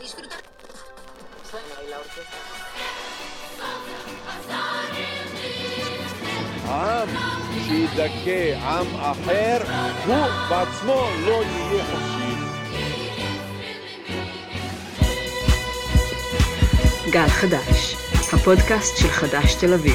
עם שידכא עם אחר, הוא בעצמו לא יהיה חופשי. גל חדש, הפודקאסט של חדש תל אביב.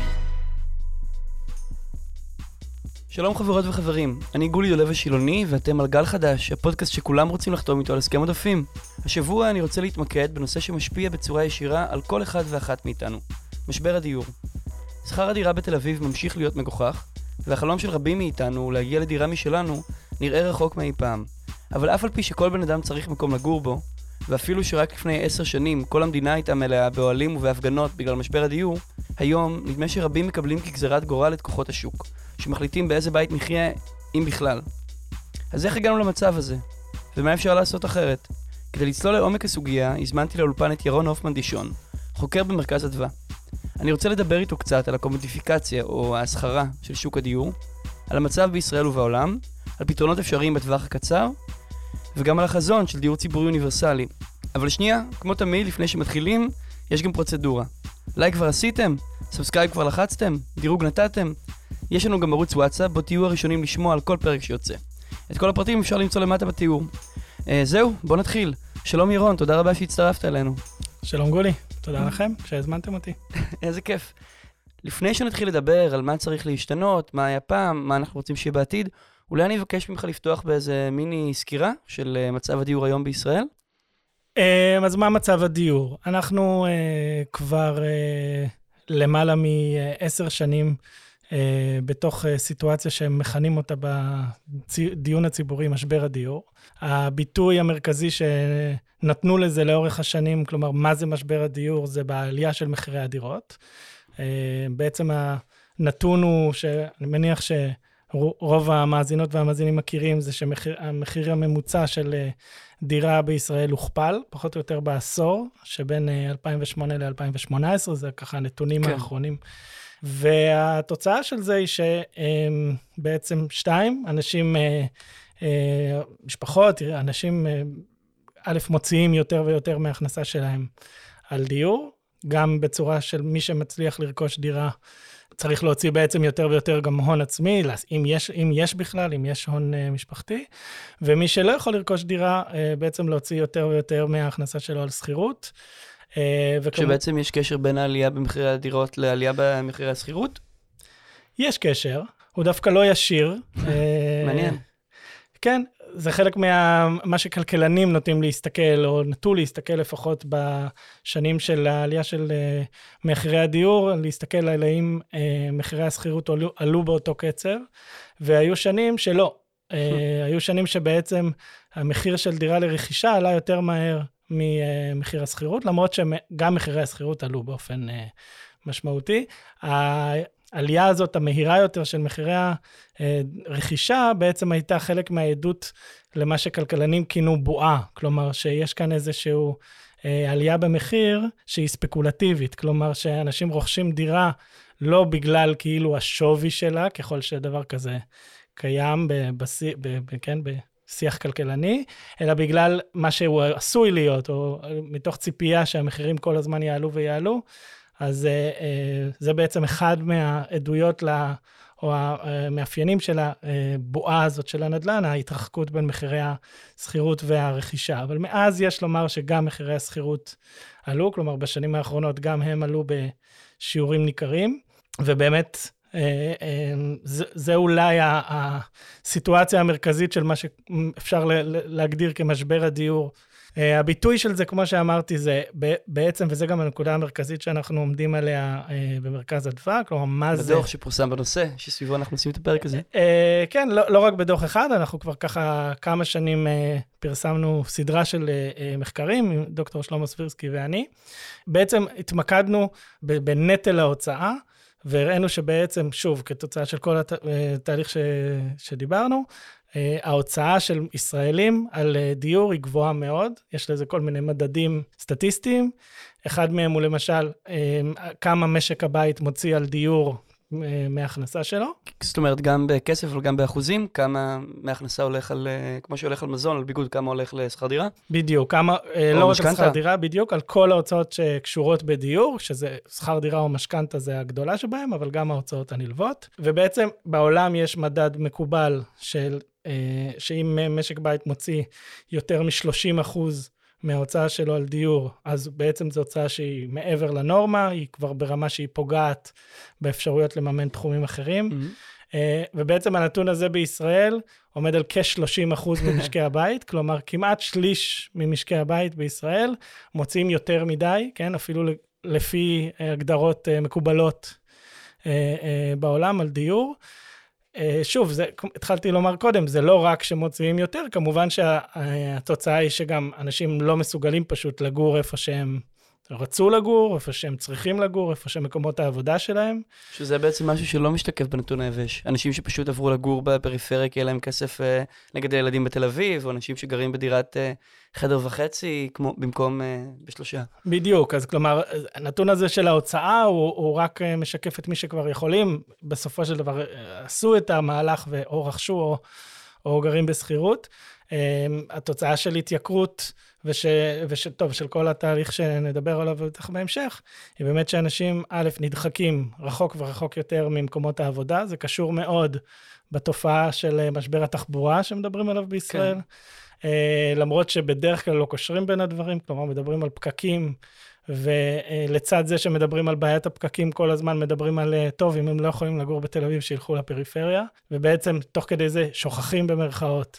שלום חברות וחברים, אני גולי דולב השילוני ואתם על גל חדש, הפודקאסט שכולם רוצים לחתום איתו על הסכם עודפים. השבוע אני רוצה להתמקד בנושא שמשפיע בצורה ישירה על כל אחד ואחת מאיתנו, משבר הדיור. שכר הדירה בתל אביב ממשיך להיות מגוחך, והחלום של רבים מאיתנו להגיע לדירה משלנו נראה רחוק מאי פעם. אבל אף על פי שכל בן אדם צריך מקום לגור בו, ואפילו שרק לפני 10 שנים כל המדינה הייתה מלאה באוהלים ובהפגנות בגלל משבר הדיור, היום נדמה שרבים מקבלים כגזרת גורל את כוחות השוק, שמחליטים באיזה בית נחיה, אם בכלל. אז איך הגענו למצב הזה? ומה אפשר לעשות אחרת? כדי לצלול לעומק הסוגיה, הזמנתי לאולפן את ירון הופמן דישון, חוקר במרכז אדווה. אני רוצה לדבר איתו קצת על הקומודיפיקציה או ההסחרה של שוק הדיור, על המצב בישראל ובעולם, על פתרונות אפשריים בטווח הקצר, וגם על החזון של דיור ציבורי אוניברסלי. אבל שנייה, כמו תמיד, לפני שמתחילים, יש גם פרוצדורה. לייק כבר עשיתם? סאבסקרייב כבר לחצתם? דירוג נתתם? יש לנו גם ערוץ וואטסאפ, בו תהיו הראשונים לשמוע על כל פרק שיוצא. את כל הפרטים אפשר למצוא למטה בתיאור. זהו, בוא נתחיל. שלום ירון, תודה רבה שהצטרפת אלינו. שלום גולי, תודה לכם שהזמנתם אותי. איזה כיף. לפני שנתחיל לדבר על מה צריך להשתנות, מה היה פעם, מה אנחנו רוצים שיהיה בעתיד, אולי אני אבקש ממך לפתוח באיזה מיני סקירה של מצב הדיור היום בישראל? אז מה מצב הדיור? אנחנו כבר למעלה מ10 שנים בתוך סיטואציה שהם מכנים אותה בדיון הציבורי, משבר הדיור. הביטוי המרכזי שנתנו לזה לאורך השנים, כלומר, מה זה משבר הדיור? זה בעלייה של מחירי הדירות. בעצם הנתון הוא שאני מניח שרוב המאזינות והמאזינים מכירים, זה שהמחיר הממוצע של דירה בישראל הוכפל, פחות או יותר בעשור, שבין 2008 ל-2018, זה ככה הנתונים האחרונים. והתוצאה של זה היא שבעצם 2, אנשים, משפחות, אנשים א' מוציאים יותר ויותר מההכנסה שלהם על דיור, גם בצורה של מי שמצליח לרכוש דירה, צריך להוציא בעצם יותר ויותר גם הון עצמי, אם יש בכלל, אם יש הון משפחתי, ומי שלא יכול לרכוש דירה, בעצם להוציא יותר ויותר מההכנסה שלו על שכירות, שבעצם יש קשר בין העלייה במחירי הדירות לעלייה במחירי השכירות? יש קשר, הוא דווקא לא ישיר. מעניין. כן, זה חלק מה שכלכלנים נוטים להסתכל, או נטו להסתכל לפחות בשנים של העלייה של מחירי הדיור, להסתכל על האם מחירי השכירות עלו באותו קצב, והיו שנים שלא. היו שנים שבעצם המחיר של דירה לרכישה עלה יותר מהר, ממחיר השכירות, למרות שגם מחירי השכירות עלו באופן משמעותי. העלייה הזאת, המהירה יותר של מחירי הרכישה, בעצם הייתה חלק מהעדות למה שכלכלנים כינו בועה, כלומר שיש כאן איזשהו עלייה במחיר שהיא ספקולטיבית, כלומר שאנשים רוכשים דירה לא בגלל כאילו השווי שלה, ככל שדבר כזה קיים שיח כלכלני, אלא בגלל מה שהוא עשוי להיות, או מתוך ציפייה שהמחירים כל הזמן יעלו ויעלו, אז זה בעצם אחד מהעדויות או המאפיינים של הבועה הזאת של הנדל"ן, ההתרחקות בין מחירי השכירות והרכישה. אבל מאז יש לומר שגם מחירי השכירות עלו, כלומר בשנים האחרונות גם הם עלו בשיעורים ניכרים, ובאמת זה אולי הסיטואציה המרכזית של מה שאפשר להגדיר כמשבר הדיור. הביטוי של זה, כמו שאמרתי, זה בעצם, וזה גם הנקודה המרכזית שאנחנו עומדים עליה במרכז אדווה, כלומר, מה זה... בדוח שפורסם בנושא, שסביבו אנחנו עושים את הפרק הזה. כן, לא רק בדוח אחד, אנחנו כבר ככה כמה שנים פרסמנו סדרה של מחקרים, עם דוקטור שלמה סבירסקי ואני. בעצם התמקדנו בנטל ההוצאה, והראינו שבעצם, שוב, כתוצאה של כל התהליך שדיברנו, ההוצאה של ישראלים על דיור היא גבוהה מאוד, יש לזה כל מיני מדדים סטטיסטיים, אחד מהם הוא למשל, כמה משק הבית מוציא על דיור מההכנסה שלו. זאת אומרת, גם בכסף אבל גם באחוזים, כמה מההכנסה הולך על, כמו שהולך על מזון, על ביגוד, כמה הולך לשכר דירה? בדיוק, כמה, לא רק על שכר דירה, בדיוק, על כל ההוצאות שקשורות בדיור, שזה שכר דירה או משכנתה זה הגדולה שבהם, אבל גם ההוצאות הנלוות. ובעצם בעולם יש מדד מקובל שאם משק בית מוציא יותר מ-30% מההוצאה שלו על דיור, אז בעצם זו הוצאה שהיא מעבר לנורמה, היא כבר ברמה שהיא פוגעת באפשרויות לממן תחומים אחרים, ובעצם הנתון הזה בישראל עומד על כ-30% ממשקי הבית, כלומר כמעט שליש ממשקי הבית בישראל מוציאים יותר מדי, כן? אפילו לפי הגדרות מקובלות בעולם על דיור, שוב, התחלתי לומר קודם, זה לא רק שמוציאים יותר, כמובן שהתוצאה היא שגם אנשים לא מסוגלים פשוט לגור איפה שהם רצו לגור, איפה שהם צריכים לגור, איפה שמקומות העבודה שלהם. שזה בעצם משהו שלא משתקף בנתון היבש. אנשים שפשוט עברו לגור בפריפריה, כי יהיה להם כסף לגדל ילדים בתל אביב, או אנשים שגרים בדירת חדר וחצי, במקום בשלושה. בדיוק, אז כלומר, הנתון הזה של ההוצאה, הוא רק משקף את מי שכבר יכולים, בסופו של דבר עשו את המהלך, או רכשו, או גרים בסחירות. התוצאה של התייקרות, ושטוב, של כל התהליך שנדבר עליו בטח בהמשך, היא באמת שאנשים, א', נדחקים רחוק ורחוק יותר ממקומות העבודה, זה קשור מאוד בתופעה של משבר התחבורה שמדברים עליו בישראל, כן. למרות שבדרך כלל לא קושרים בין הדברים, כלומר מדברים על פקקים, ולצד זה שמדברים על בעיית הפקקים כל הזמן מדברים על, טוב, אם הם לא יכולים לגור בתל אביב, שילכו לפריפריה, ובעצם תוך כדי זה שוכחים במרכאות,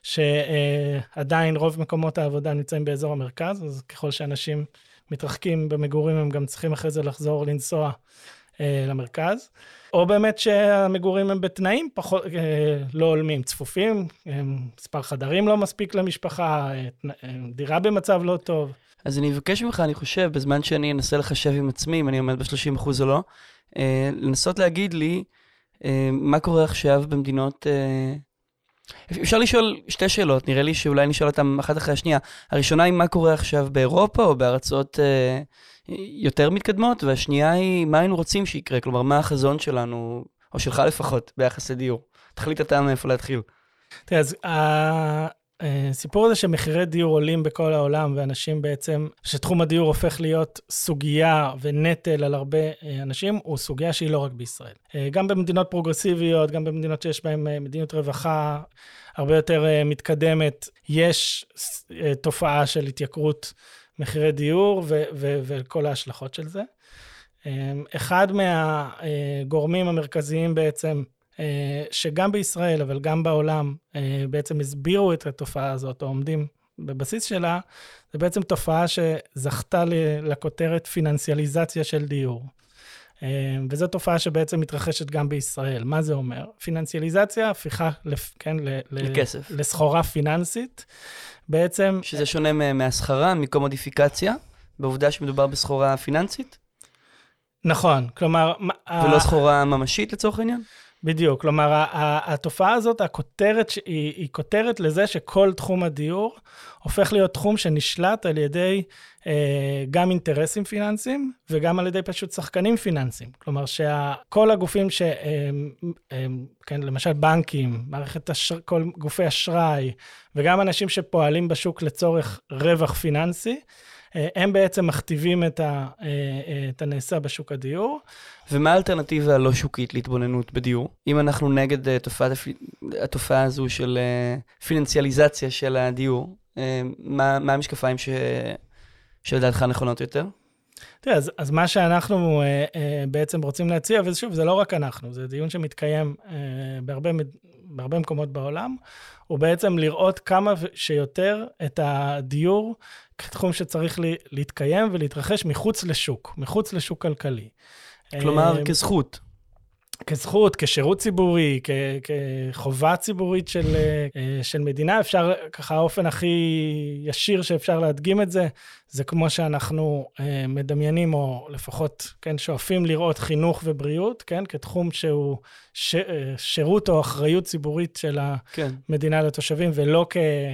שעדיין רוב מקומות העבודה נמצאים באזור המרכז, אז ככל שאנשים מתרחקים במגורים, הם גם צריכים אחרי זה לחזור לנסוע למרכז, או באמת שהמגורים הם בתנאים פחות, לא עולמים, צפופים, מספר חדרים לא מספיק למשפחה, דירה במצב לא טוב. אז אני אבקש ממך, אני חושב, בזמן שאני אנסה לחשב עם עצמי, אם אני עומד ב-30% או לא, לנסות להגיד לי מה קורה עכשיו במדינות... אפשר לשאול שתי שאלות, נראה לי שאולי נשאל אותם אחת אחרי השנייה. הראשונה היא מה קורה עכשיו באירופה או בארצות יותר מתקדמות, והשנייה היא מה היינו רוצים שיקרה, כלומר מה החזון שלנו, או שלך לפחות, ביחס לדיור. תחליט אתה מאיפה להתחיל. תראה, אז הסיפור הזה שמחירי דיור עולים בכל העולם, ואנשים בעצם, שתחום הדיור הופך להיות סוגיה ונטל על הרבה אנשים, הוא סוגיה שהיא לא רק בישראל. גם במדינות פרוגרסיביות, גם במדינות שיש בהן מדיניות רווחה הרבה יותר מתקדמת, יש תופעה של התייקרות מחירי דיור וכל ההשלכות של זה. אחד מהגורמים המרכזיים בעצם, שגם בישראל, אבל גם בעולם, בעצם הסבירו את התופעה הזאת, או עומדים בבסיס שלה, זה בעצם תופעה שזכתה לכותרת פיננסיאליזציה של דיור. וזו תופעה שבעצם מתרחשת גם בישראל. מה זה אומר? פיננסיאליזציה, הפיכה לכסף. לסחורה פיננסית, בעצם... שזה שונה מהסחרה, מקומודיפיקציה, בעובדה שמדובר בסחורה פיננסית? נכון, כלומר... ולא סחורה ממשית לצורך העניין? בדיוק, כלומר, התופעה הזאת, הכותרת, היא כותרת לזה שכל תחום הדיור הופך להיות תחום שנשלט על ידי גם אינטרסים פיננסיים, וגם על ידי פשוט שחקנים פיננסיים. כלומר, שכל הגופים כן, למשל בנקים, כל גופי אשראי, וגם אנשים שפועלים בשוק לצורך רווח פיננסי, הם בעצם מכתיבים את הנעשה בשוק הדיור. ומה האלטרנטיבה הלא שוקית להתבוננות בדיור? אם אנחנו נגד התופעה הזו של פיננסיאליזציה של הדיור, מה המשקפיים שלדעתך נכונות יותר? תראה, אז מה שאנחנו בעצם רוצים להציע, ושוב, זה לא רק אנחנו, זה דיון שמתקיים בהרבה מקומות בעולם, הוא בעצם לראות כמה שיותר את הדיור כתחום שצריך להתקיים ולהתרחש מחוץ לשוק כלכלי. כלומר, כזכות. כזכות, כשירות ציבורי, כחובה ציבורית של מדינה, אפשר, ככה האופן הכי ישיר שאפשר להדגים את זה, זה כמו שאנחנו מדמיינים, או לפחות, כן, שואפים לראות חינוך ובריאות, כן, כתחום שהוא שירות או אחריות ציבורית של המדינה לתושבים, ולא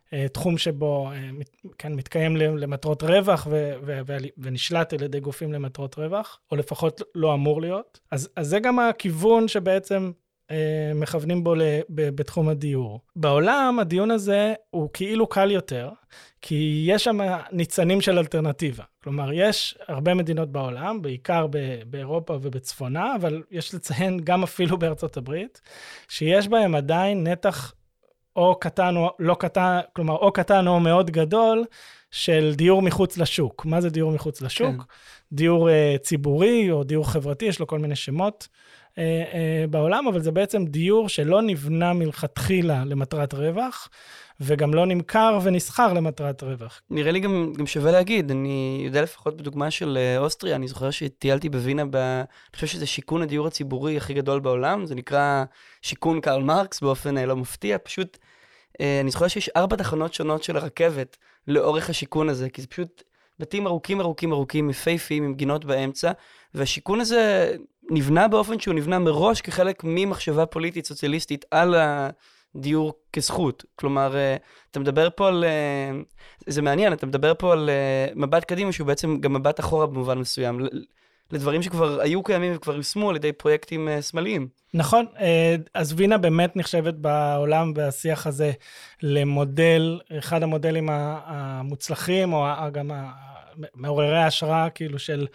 תחום שבו כאן מתקיים למטרות רווח ונשלט על ידי גופים למטרות רווח, או לפחות לא אמור להיות. אז זה גם הכיוון שבעצם מכוונים בו בתחום הדיור. בעולם הדיון הזה הוא כאילו קל יותר, כי יש שם ניצנים של אלטרנטיבה. כלומר, יש הרבה מדינות בעולם, בעיקר באירופה ובצפונה, אבל יש לציין גם אפילו בארצות הברית, שיש בהם עדיין נתח או קטן או לא קטן, כלומר, או קטן או מאוד גדול, של דיור מחוץ לשוק. מה זה דיור מחוץ לשוק? כן. דיור ציבורי או דיור חברתי, יש לו כל מיני שמות בעולם, אבל זה בעצם דיור שלא נבנה מלכתחילה למטרת רווח, וגם לא נמכר ונסחר למטרת רווח. נראה לי גם שווה להגיד, אני יודע לפחות בדוגמה של אוסטריה, אני זוכר שטיילתי בווינה, אני חושב שזה שיכון הדיור הציבורי הכי גדול בעולם, זה נקרא שיכון קרל מרקס, באופן לא מפתיע, פשוט, אני זוכר שיש 4 תחנות שונות של הרכבת לאורך השיכון הזה, כי זה פשוט בתים ארוכים, מפהפים, עם גינות באמצע, והשיכון הזה נבנה באופן שהוא נבנה מראש כחלק ממחשבה פוליטית סוציאליסטית על הדיור כזכות. כלומר, אתה מדבר פה על, זה מעניין, אתה מדבר פה על מבט קדימה שהוא בעצם גם מבט אחורה במובן מסוים, לדברים שכבר היו קיימים וכבר יושמו על ידי פרויקטים שמאליים. נכון, אז וינה באמת נחשבת בעולם והשיח הזה למודל, אחד המודלים המוצלחים, או גם מעוררי ההשראה כאילו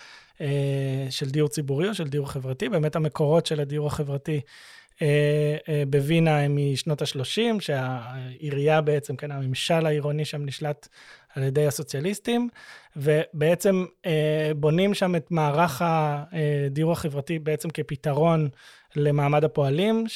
של דיור ציבורי או של דיור חברתי. באמת המקורות של הדיור החברתי בווינה הם משנות ה-30, שהעירייה בעצם, כן, הממשל העירוני שם נשלט על ידי הסוציאליסטים, ובעצם בונים שם את מערך הדיור החברתי בעצם כפתרון למעמד הפועלים,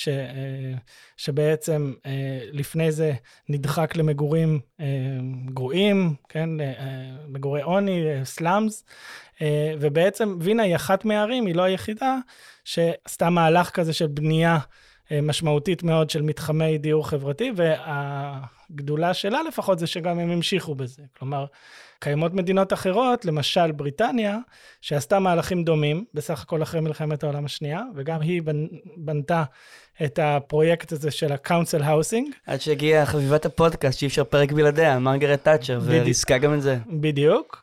שבעצם לפני זה נדחק למגורים גרועים, כן, מגורי עוני, סלאמס, ובעצם וינה היא אחת מהערים, היא לא היחידה, שעשתה מהלך כזה של בנייה משמעותית מאוד של מתחמי דיור חברתי, והגדולה שלה לפחות זה שגם הם המשיכו בזה. כלומר, קיימות מדינות אחרות, למשל בריטניה, שעשתה מהלכים דומים, בסך הכל אחרי מלחמת העולם השנייה, וגם היא בנתה את הפרויקט הזה של ה-Council Housing. עד שהגיעה חביבת הפודקאסט, שאי אפשר פרק בלעדיה, מרגרט תאצ'ר, וריסקה גם את זה. בדיוק.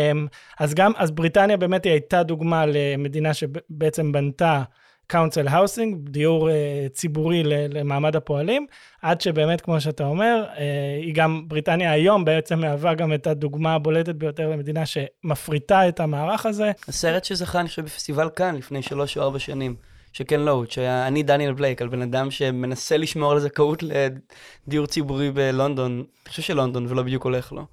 אז בריטניה באמת היא הייתה דוגמה למדינה שבעצם בנתה Council Housing, דיור ציבורי למעמד הפועלים, עד שבאמת, כמו שאתה אומר, היא גם, בריטניה היום בעצם מהווה גם את הדוגמה הבולטת ביותר למדינה שמפריטה את המערך הזה. הסרט שזכה, אני חושב, בפסטיבל כאן, לפני 3 או 4 שנים, שכן לואוט, שהיה אני דניאל בלייק, על בן אדם שמנסה לשמור על הזכאות לדיור ציבורי בלונדון, אני חושב שלונדון, ולא בדיוק הולך לו.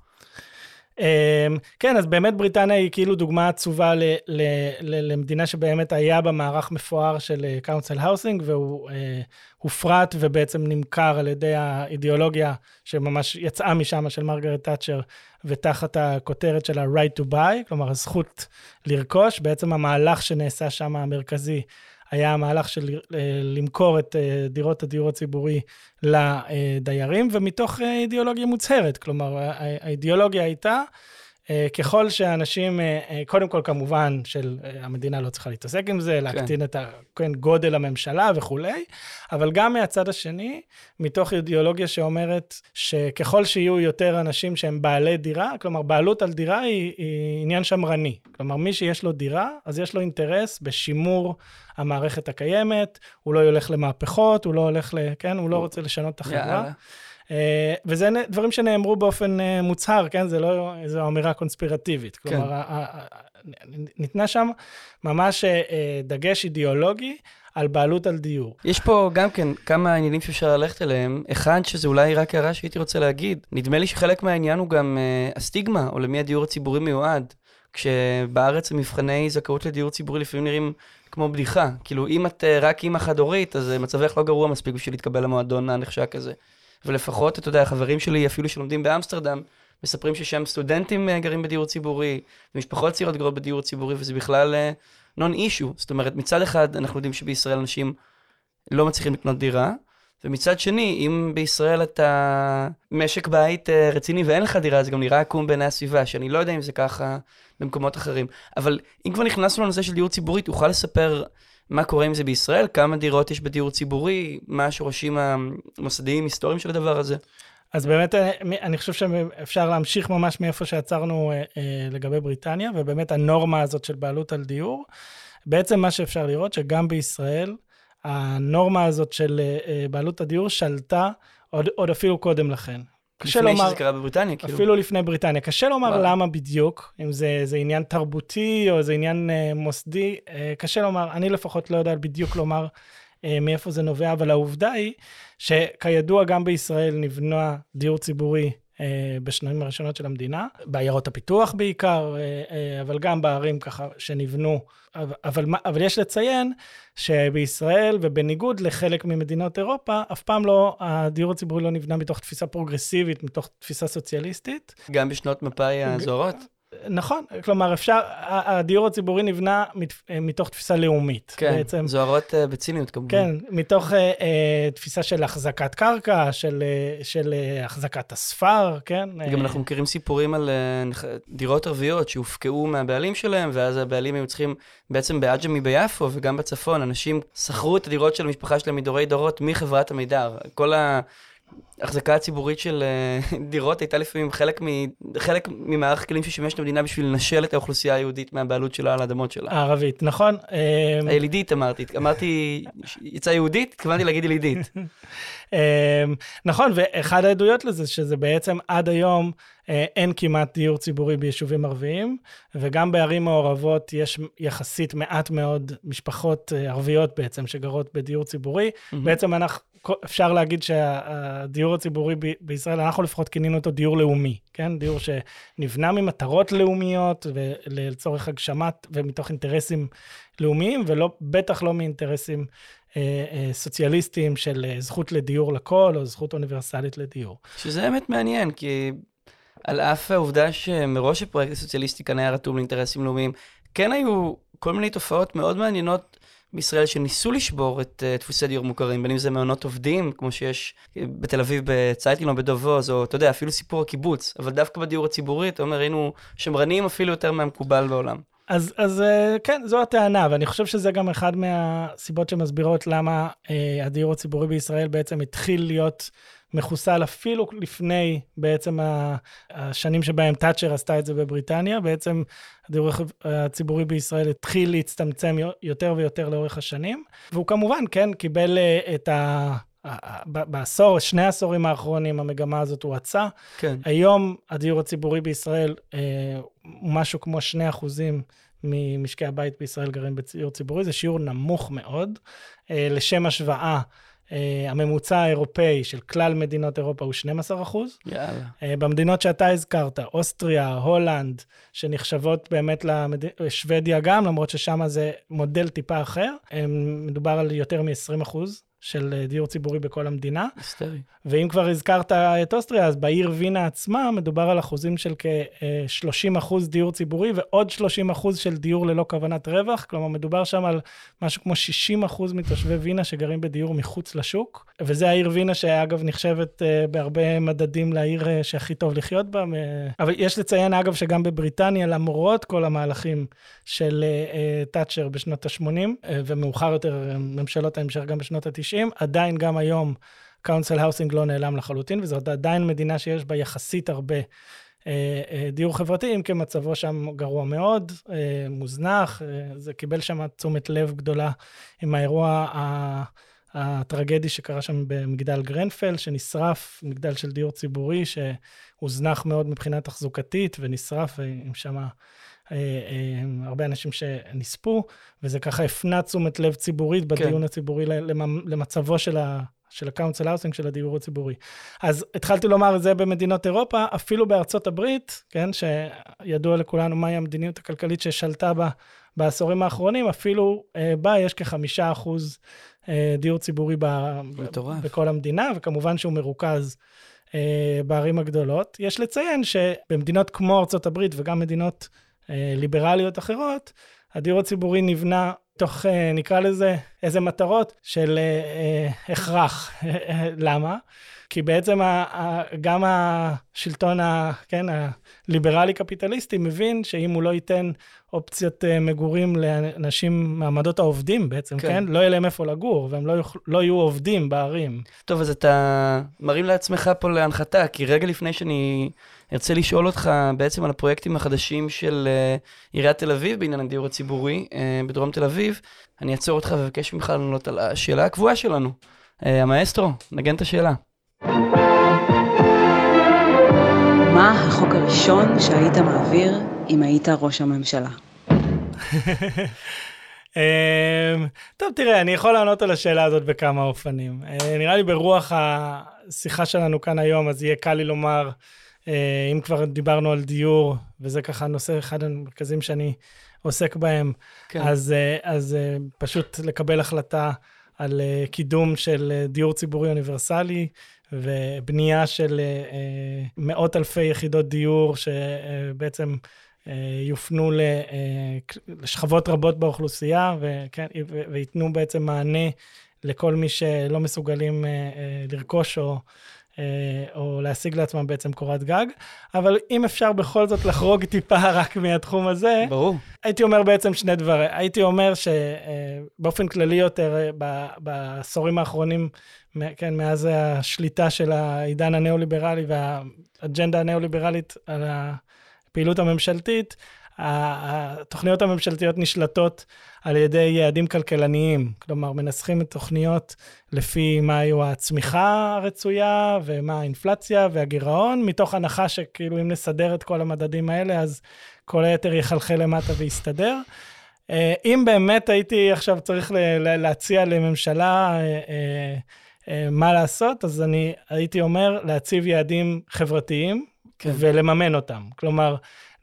כן, אז באמת בריטניה היא כאילו דוגמה עצובה למדינה שבאמת היה במערך מפואר של Council Housing, והוא הופרט ובעצם נמכר על ידי האידיאולוגיה שממש יצאה משם של מרגרט תאצ'ר, ותחת הכותרת של ה-right to buy, כלומר הזכות לרכוש, בעצם המהלך שנעשה שם המרכזי, היה המהלך של למכור את דירות הדיור הציבורי לדיירים, ומתוך אידיאולוגיה מוצהרת, כלומר, האידיאולוגיה הייתה, ככל שאנשים, קודם כל כמובן, של המדינה לא צריכה להתעסק עם זה, להקטין את גודל הממשלה וכולי, אבל גם מהצד השני, מתוך אידיאולוגיה שאומרת, שככל שיהיו יותר אנשים שהם בעלי דירה, כלומר, בעלות על דירה היא עניין שמרני, כלומר, מי שיש לו דירה, אז יש לו אינטרס בשימור המערכת הקיימת, הוא לא הולך למהפכות, הוא לא הולך כן, הוא לא רוצה לשנות את החברה. וזה דברים שנאמרו באופן מוצהר, כן? זה לא איזו אמירה קונספירטיבית. כלומר, ניתנה שם ממש דגש אידיאולוגי על בעלות על דיור. יש פה גם כן כמה עניינים שאפשר ללכת אליהם. אחד, שזה אולי רק הערה שהייתי רוצה להגיד. נדמה לי שחלק מהעניין הוא גם הסטיגמה, או למי הדיור הציבורי מיועד. כשבארץ המבחני זכאות לדיור ציבורי לפעמים נראים כמו בדיחה. כאילו, אם את רק אימא חד-הורית, אז מצבך לא גרוע מספיק בשביל להתקבל למועדון הנחשק הזה. ולפחות, אתה יודע, החברים שלי, אפילו שלומדים באמסטרדם, מספרים ששם סטודנטים גרים בדיור ציבורי, ומשפחות צעירות גרות בדיור ציבורי, וזה בכלל non-issue. זאת אומרת, מצד אחד, אנחנו יודעים שבישראל אנשים לא מצליחים לקנות דירה, ומצד שני, אם בישראל אתה משק בית רציני ואין לך דירה, זה גם נראה עקום בעיני הסביבה, שאני לא יודע אם זה ככה במקומות אחרים. אבל אם כבר נכנסנו לנושא של דיור ציבורי, תוכל לספר מה קורה עם זה בישראל, כמה דירות יש בדיור ציבורי, מה השורשים המוסדיים, היסטוריים של הדבר הזה? אז באמת אני חושב שאפשר להמשיך ממש מאיפה שעצרנו לגבי בריטניה, ובאמת הנורמה הזאת של בעלות על דיור, בעצם מה שאפשר לראות שגם בישראל, הנורמה הזאת של בעלות הדיור שלטה עוד אפילו קודם לכן. לפני שזה קרה בבריטניה, כאילו. אפילו לפני בריטניה. קשה לומר למה בדיוק, אם זה עניין תרבותי או זה עניין מוסדי, קשה לומר, אני לפחות לא יודע בדיוק לומר מאיפה זה נובע, אבל העובדה היא שכידוע גם בישראל נבנה דיור ציבורי בשנים הראשונות של המדינה, בעיירות הפיתוח בעיקר, אבל גם בערים ככה שנבנו, אבל יש לציין שבישראל ובניגוד לחלק ממדינות אירופה, אף פעם לא, הדיור הציבורי לא נבנה מתוך תפיסה פרוגרסיבית, מתוך תפיסה סוציאליסטית. גם בשנות מפאי הזוהרות? נכון, כלומר הדיור הציבורי נבנה מתוך תפיסה לאומית. כן, בעצם, זוהרות בציניות כמובן. כן, מתוך תפיסה של החזקת קרקע, של החזקת הספר, כן. גם אנחנו מכירים סיפורים על דירות ערביות שהופקעו מהבעלים שלהם, ואז הבעלים היו צריכים בעצם באג'מי ביפו וגם בצפון, אנשים שכרו את הדירות של המשפחה שלהם מדורי דורות מחברת עמידר. כל ההחזקה הציבורית של דירות הייתה לפעמים חלק ממערך כלים ששימש למדינה בשביל לנשל את האוכלוסייה היהודית מהבעלות שלה על האדמות שלה. הערבית, נכון? הילידית אמרתי, יצא יהודית, התכוונתי להגיד ילידית. נכון, ואחד העדויות לזה, שזה בעצם עד היום אין כמעט דיור ציבורי ביישובים ערביים, וגם בערים מעורבות יש יחסית מעט מאוד משפחות ערביות בעצם, שגרות בדיור ציבורי. בעצם אפשר להגיד שהדיור הציבורי בישראל, אנחנו לפחות כינינו אותו דיור לאומי, כן? דיור שנבנה ממטרות לאומיות, ולצורך הגשמת ומתוך אינטרסים לאומיים, בטח לא מאינטרסים סוציאליסטיים של זכות לדיור לכל, או זכות אוניברסלית לדיור. שזה באמת מעניין, כי על אף העובדה שמראש הפרויקט הסוציאליסטי כאן היה רתום לאינטרסים לאומיים, כן היו כל מיני תופעות מאוד מעניינות בישראל שניסו לשבור את דפוסי דיור מוכרים, בין אם זה מעונות עובדים, כמו שיש בתל אביב בצייטלין או בדובוז, או אתה יודע, אפילו סיפור הקיבוץ, אבל דווקא בדיור הציבורי, אתה אומר, היינו שמרנים אפילו יותר מהמקובל בעולם. אז כן, זו הטענה, ואני חושב שזה גם אחד מהסיבות שמסבירות למה הדיור הציבורי בישראל בעצם התחיל להיות מחוסל אפילו לפני בעצם השנים שבהם תאצ'ר עשתה את זה בבריטניה, בעצם הדיור הציבורי בישראל התחיל להצטמצם יותר ויותר לאורך השנים, והוא כמובן, כן, קיבל את שני העשורים האחרונים המגמה הזאת הואצה. כן. היום הדיור הציבורי בישראל הוא משהו כמו 2% ממשקי הבית בישראל גרים בדיור ציבורי, זה שיעור נמוך מאוד. לשם השוואה, הממוצע האירופאי של כלל מדינות אירופה הוא 12%. יאללה. במדינות שאתה הזכרת, אוסטריה, הולנד, שנחשבות באמת לשוודיה גם, למרות ששם זה מודל טיפה אחר, מדובר על יותר מ-20% של דיור ציבורי בכל המדינה. היסטרי. ואם כבר הזכרת את אוסטריה, אז בעיר וינה עצמה מדובר על אחוזים של כ-30% דיור ציבורי, ועוד 30% של דיור ללא כוונת רווח, כלומר מדובר שם על משהו כמו 60% מתושבי וינה שגרים בדיור מחוץ לשוק, וזה העיר וינה שאגב נחשבת בהרבה מדדים לעיר שהכי טוב לחיות בה, אבל יש לציין אגב שגם בבריטניה, למרות כל המהלכים של תאצ'ר בשנות ה-80, ומאוחר יותר ממשלות ההמשך גם בשנות ה-90, עדיין גם היום קאונסל האוסינג לא נעלם לחלוטין, וזאת עדיין מדינה שיש בה יחסית הרבה דיור חברתי, אם כמצבו שם גרוע מאוד, מוזנח, זה קיבל שם תשומת לב גדולה עם האירוע הטרגדי שקרה שם במגדל גרנפל, שנשרף, מגדל של דיור ציבורי, שהוזנח מאוד מבחינה תחזוקתית, ונשרף, עם שם הרבה אנשים שנספו, וזה ככה הפנה תשומת לב ציבורית בדיון הציבורי למצבו של הקאונסל האוסינג של הדיור הציבורי. אז התחלתי לומר את זה במדינות אירופה, אפילו בארצות הברית, כן, שידוע לכולנו מהי המדיניות הכלכלית ששלטה בה בעשורים האחרונים, אפילו בה יש כ5% דיור ציבורי בכל המדינה, וכמובן שהוא מרוכז בערים הגדולות. יש לציין שבמדינות כמו ארצות הברית וגם מדינות ליברליות אחרות, הדיור הציבורי נבנה תוך, נקרא לזה, איזה מטרות של הכרח. למה? כי בעצם גם השלטון הליברלי-קפיטליסטי מבין שאם הוא לא ייתן אופציית מגורים לאנשים מעמדות העובדים בעצם, כן? לא יהיה להם איפה לגור, והם לא יהיו עובדים בערים. טוב, אז אתה מרים לעצמך פה להנחתה, כי רגע לפני שאני ארצה לשאול אותך בעצם על הפרויקטים החדשים של עיריית תל אביב בעניין הדיור הציבורי בדרום תל אביב, אני אעצור אותך ובקש ממך לענות על השאלה הקבועה שלנו. המאסטרו, נגן את השאלה. מה החוק הראשון שהיית מעביר אם היית ראש הממשלה? טוב, תראה, אני יכול לענות על השאלה הזאת בכמה אופנים. נראה לי ברוח השיחה שלנו כאן היום, אז יהיה קל לי לומר, אם כבר דיברנו על דיור, וזה ככה נושא אחד המרכזים שאני עוסק בהם, כן. אז פשוט לקבל החלטה על קידום של דיור ציבורי אוניברסלי, ובנייה של מאות אלפי יחידות דיור שבעצם יופנו לשכבות רבות באוכלוסייה, ויתנו בעצם מענה לכל מי שלא מסוגלים לרכוש או להשיג לעצמם בעצם קורת גג. אבל אם אפשר בכל זאת לחרוג טיפה רק מהתחום הזה, ברור. הייתי אומר בעצם שני דברים. הייתי אומר שבאופן כללי יותר בעשורים האחרונים, כן, מאז השליטה של העידן הנאו-ליברלי והאג'נדה הנאו-ליברלית על הפעילות הממשלתית, התוכניות הממשלתיות נשלטות על ידי יעדים כלכלניים, כלומר מנסחים את תוכניות לפי מה היו הצמיחה הרצויה ומה האינפלציה והגירעון, מתוך הנחה שכאילו אם נסדר את כל המדדים האלה, אז כל היתר יחלחל למטה ויסתדר. אם באמת הייתי עכשיו צריך להציע לממשלה מה לעשות, אז אני הייתי אומר להציב יעדים חברתיים, כן. ולממן אותם. כלומר,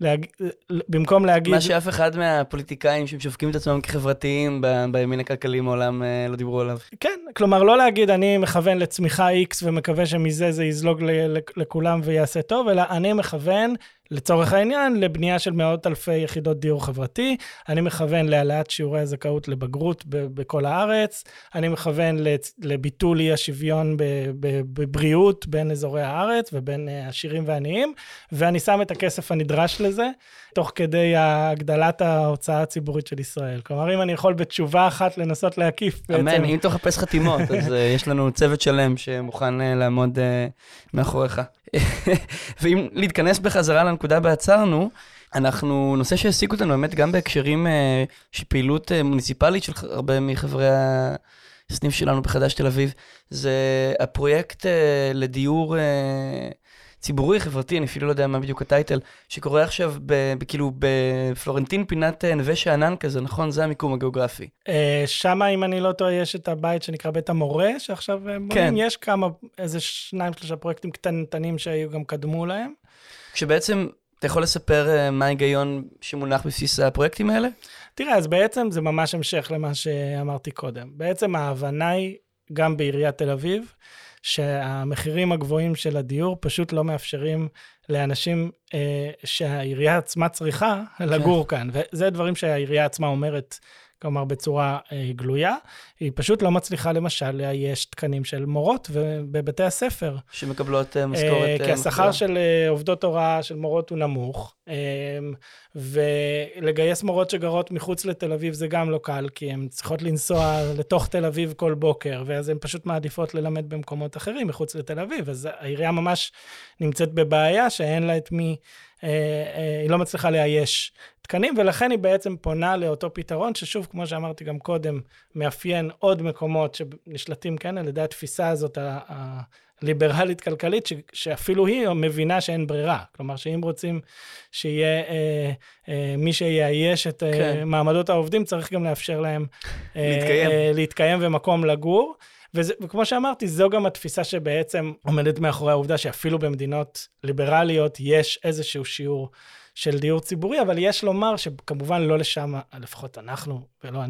במקום להגיד... מה שאף אחד מהפוליטיקאים שמשווקים את עצמם כחברתיים בימין הכלכלי מעולם לא דיברו עליו. כן, כלומר לא להגיד אני מכוון לצמיחה X ומקווה שמזה זה יזלוג לכולם ויעשה טוב, אלא אני מכוון לצורך העניין לבנייה של מאות אלפי יחידות דיור חברתי, אני מכוון להעלאת שיעורי הזכאות לבגרות בכל הארץ, אני מכוון לביטול אי השוויון בבריאות בין אזורי הארץ ובין עשירים ועניים, ואני שם את הכסף הנדרש לזה, תוך כדי הגדלת ההוצאה הציבורית של ישראל. כלומר, אם אני יכול בתשובה אחת לנסות להקיף בעצם... אמן, אם תחפש חתימות, אז יש לנו צוות שלם שמוכן לעמוד מאחוריך. ואם להתכנס בחזרה לנקודה בעצרנו, אנחנו, נושא שהעסיק אותנו באמת גם בהקשרים של פעילות מוניציפלית של הרבה מחברי הסניף שלנו בחדש תל אביב, זה הפרויקט לדיור ציבורי חברתי, אני אפילו לא יודע מה בדיוק הטייטל, שקורה עכשיו כאילו בפלורנטין פינת נווה שאנן כזה, נכון? זה המיקום הגיאוגרפי. שמה, אם אני לא טועה, יש את הבית שנקרא בית המורה, שעכשיו בונים, יש כמה, איזה 2-3 פרויקטים קטנים שהיו גם קדמו להם. כשבעצם, אתה יכול לספר מה ההיגיון שמונח בבסיס הפרויקטים האלה? תראה, אז בעצם זה ממש המשך למה שאמרתי קודם. בעצם ההבנה היא, גם בעיריית תל אביב, שהמחירים הגבוהים של הדיור פשוט לא מאפשרים לאנשים שהעירייה עצמה צריכה לגור כאן. וזה דברים שהעירייה עצמה אומרת, כלומר בצורה גלויה, היא פשוט לא מצליחה למשל לאייש תקנים של מורות בבתי הספר. שמקבלות משכורת. כי השכר של עובדות הוראה של מורות הוא נמוך, ולגייס מורות שגרות מחוץ לתל אביב זה גם לא קל, כי הן צריכות לנסוע לתוך תל אביב כל בוקר, ואז הן פשוט מעדיפות ללמד במקומות אחרים מחוץ לתל אביב, אז העירייה ממש נמצאת בבעיה שאין לה את מי, היא לא מצליחה לאייש תקנים, ולכן היא בעצם פונה לאותו פתרון, ששוב, כמו שאמרתי גם קודם, מאפיין עוד מקומות שנשלטים כאן, על ידי התפיסה הזאת הליברלית כלכלית, שאפילו היא מבינה שאין ברירה. כלומר, שאם רוצים שיהיה מי שיאייש את מעמדות העובדים, צריך גם לאפשר להם להתקיים ומקום לגור. וכמו שאמרתי, זו גם התפיסה שבעצם עומדת מאחורי העובדה שאפילו במדינות ליברליות יש איזשהו שיעור של דיור ציבורי, אבל יש לומר שכמובן לא לשם, לפחות אנחנו ולא אני,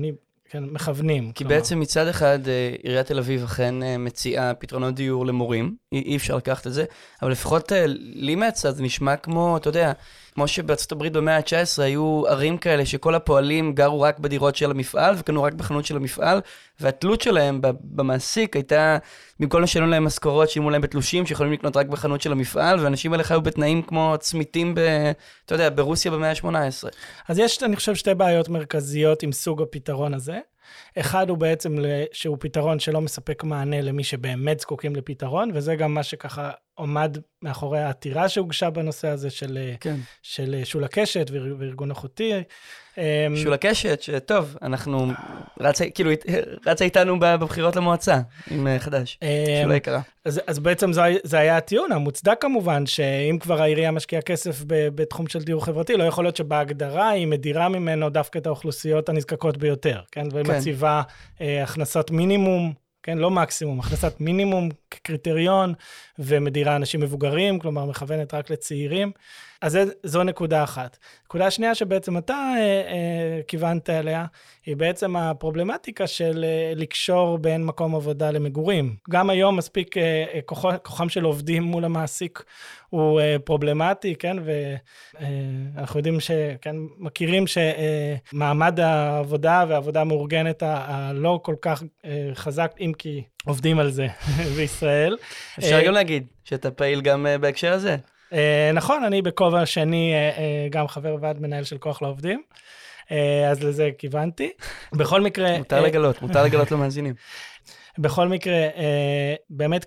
כן, מכוונים. כי בעצם מצד אחד, עיריית תל אביב אכן מציעה פתרונות דיור למורים, אי אפשר לקחת את זה, אבל לפחות לי מהצד זה נשמע כמו, אתה יודע, כמו שבארצות הברית במאה ה-19 היו ערים כאלה שכל הפועלים גרו רק בדירות של המפעל, וקנו רק בחנות של המפעל, והתלות שלהם במעסיק הייתה, במקום לשלם להם משכורות, שילמו להם בתלושים, שיכולים לקנות רק בחנות של המפעל, ואנשים האלה חיו בתנאים כמו צמיתים אתה יודע, ברוסיה במאה ה-18. אז יש, אני חושב, שתי בעיות מרכזיות עם סוג הפתרון הזה. אחד הוא בעצם שהוא פתרון שלא מספק מענה למי שבאמת זקוקים לפתרון, וזה גם מה שככה עומד מאחורי העתירה שהוגשה בנושא הזה של שולה קשת וארגון אחותי. שולה קשת, שטוב, אנחנו רצה איתנו בבחירות למועצה, עם חדש, שולה יקרה. אז בעצם זה היה הטיעון המוצדק כמובן, שאם כבר העירייה משקיעה כסף בתחום של דיור חברתי, לא יכול להיות שבהגדרה היא מדירה ממנו דווקא את האוכלוסיות הנזקקות ביותר, כן? ומציבה הכנסות מינימום, כן, לא מקסימום, הכנסת מינימום כקריטריון, ומדירה אנשים מבוגרים, כלומר מכוונת רק לצעירים. אז זו נקודה אחת. נקודה שנייה שבעצם אתה כיוונת אליה, היא בעצם הפרובלמטיקה של לקשור בין מקום עבודה למגורים. גם היום מספיק כוחם של עובדים מול המעסיק הוא פרובלמטי, כן? ואנחנו יודעים כן, מכירים שמעמד העבודה והעבודה המאורגנת הלא כל כך חזק, אם כי עובדים על זה בישראל. אפשר גם להגיד שאתה פעיל גם בהקשר הזה. נכון, אני בכובע שני גם חבר ועד מנהל של כוח לעובדים, אז לזה כיוונתי. בכל מקרה... מותר לגלות למאזינים. בכל מקרה, באמת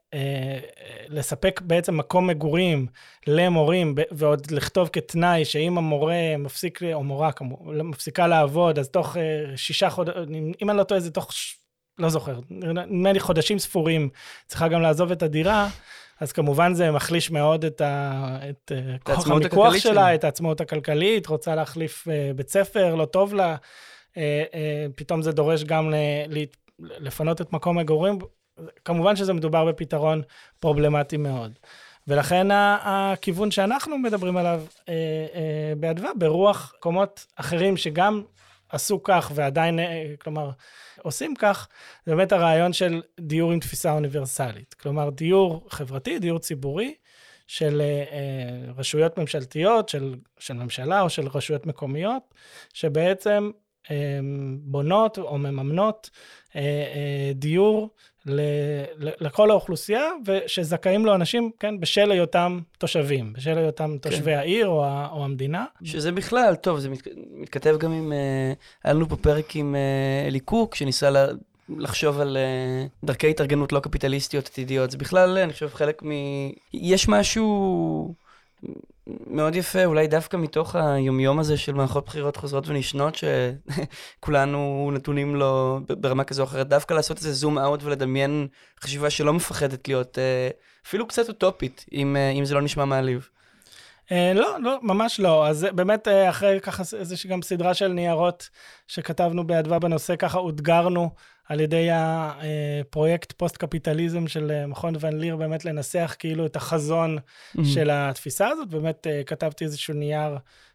לספק בעצם מקום מגורים למורים, ועוד לכתוב כתנאי שאם המורה מפסיק, או מורה מפסיקה לעבוד, אז תוך 6 חודשים, אם אני לא טועה, זה תוך, לא זוכר, נדמה לי חודשים ספורים, צריכה גם לעזוב את הדירה, אז כמובן זה מחליש מאוד את כוח המיקוח שלה, את העצמאות הכלכלית, רוצה להחליף בית ספר, לא טוב לה, פתאום זה דורש גם לפנות את מקום מגורים, כמובן שזה מדובר בפתרון פרובלמטי מאוד. ולכן הכיוון שאנחנו מדברים עליו באדווה, ברוח קומות אחרים שגם עשו כך ועדיין, כלומר, עושים כך, זה באמת הרעיון של דיור עם תפיסה אוניברסלית. כלומר, דיור חברתי, דיור ציבורי, של רשויות ממשלתיות, של ממשלה או של רשויות מקומיות, שבעצם בונות או מממנות דיור לכל האוכלוסייה, ושזכאים לו אנשים, כן, בשל היותם תושבים, בשל היותם תושבי העיר או המדינה. שזה בכלל, טוב, זה מתכתב גם עם, היה לנו פה פרק עם אלי קוק, שניסה לחשוב על דרכי התארגנות לא קפיטליסטיות עתידיות, זה בכלל, אני חושב, חלק יש משהו מאוד יפה, אולי דווקא מתוך היומיום הזה של מערכות בחירות חוזרות ונשנות, שכולנו נתונים לו ברמה כזו או אחרת, דווקא לעשות איזה זום אאוט ולדמיין חשיבה שלא מפחדת להיות אפילו קצת אוטופית, אם זה לא נשמע מעליב. לא, ממש לא. אז באמת אחרי ככה איזושהי גם סדרה של ניירות שכתבנו באדווה בנושא, ככה הודגרנו על ידי הפרויקט פוסט-קפיטליזם של מכון ון ליר, באמת לנסח כאילו את החזון של התפיסה הזאת. באמת כתבתי איזשהו נייר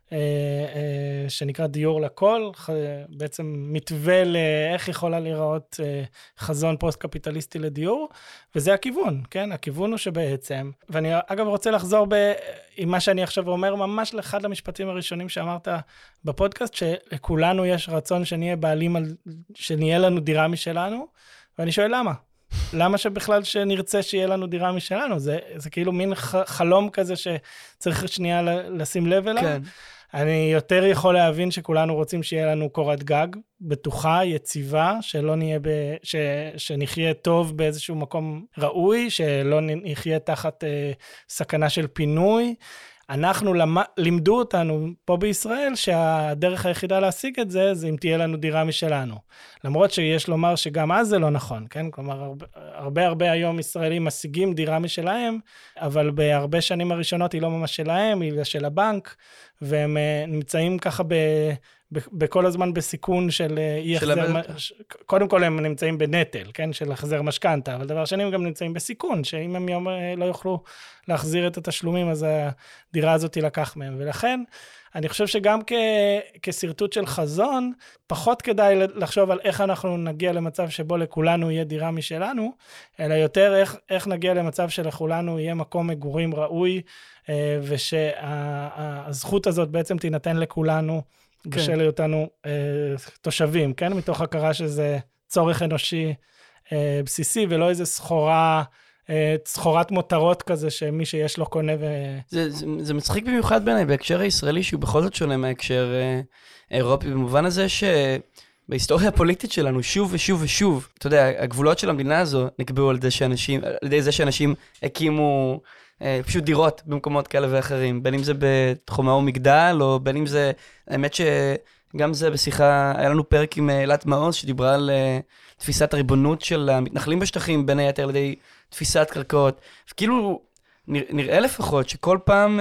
שנקרא דיור לכל, בעצם מתווה לאיך יכולה להיראות חזון פוסט-קפיטליסטי לדיור, וזה הכיוון, כן? הכיוון הוא שבעצם, ואני אגב רוצה לחזור עם מה שאני עכשיו אומר, ממש לאחד המשפטים הראשונים שאמרת בפודקאסט, שלכולנו יש רצון שנהיה בעלים, שנהיה לנו דירה משלנו, ואני שואל למה? למה שבכלל שנרצה שיהיה לנו דירה משלנו? זה כאילו מין חלום כזה שצריך שנייה לשים לב אליו. כן. אני יותר יכול להבין שכולנו רוצים שיהיה לנו קורת גג, בטוחה, יציבה, שלא נהיה שנחיה טוב באיזשהו מקום ראוי, שלא נחיה תחת סכנה של פינוי. אנחנו לימדו אותנו פה בישראל שהדרך היחידה להשיג את זה, זה אם תהיה לנו דירה משלנו. למרות שיש לומר שגם אז זה לא נכון, כן? כלומר, הרבה היום ישראלים משיגים דירה משלהם, אבל בהרבה שנים הראשונות היא לא ממש שלהם, היא של הבנק, והם נמצאים ככה בכל הזמן בסיכון של אי החזר, קודם כל הם נמצאים בנטל, כן, של החזר משכנתה, אבל דבר שני הם גם נמצאים בסיכון, שאם הם לא יוכלו להחזיר את התשלומים, אז הדירה הזאת תילקח מהם, ולכן אני חושב שגם כסרטוט של חזון, פחות כדאי לחשוב על איך אנחנו נגיע למצב שבו לכולנו יהיה דירה משלנו, אלא יותר איך נגיע למצב שלכולנו יהיה מקום מגורים ראוי, ושהזכות הזאת בעצם תינתן לכולנו, בשל היותנו תושבים, כן? מתוך הכרה שזה צורך אנושי בסיסי, ולא איזה סחורת מותרות כזה, שמי שיש לו קונה זה מצחיק במיוחד בעיניי, בהקשר הישראלי, שהוא בכל זאת שונה מההקשר האירופי, במובן הזה בהיסטוריה הפוליטית שלנו, שוב ושוב ושוב, אתה יודע, הגבולות של המדינה הזו נקבעו על ידי זה שאנשים הקימו פשוט דירות במקומות כאלה ואחרים, בין אם זה בתחומה ומגדל, או בין אם זה, האמת שגם זה בשיחה, היה לנו פרק עם אלת מעוז, שדיברה על תפיסת הריבונות של המתנחלים בשטחים, בין היתר על ידי תפיסת קרקעות, וכאילו נראה לפחות שכל פעם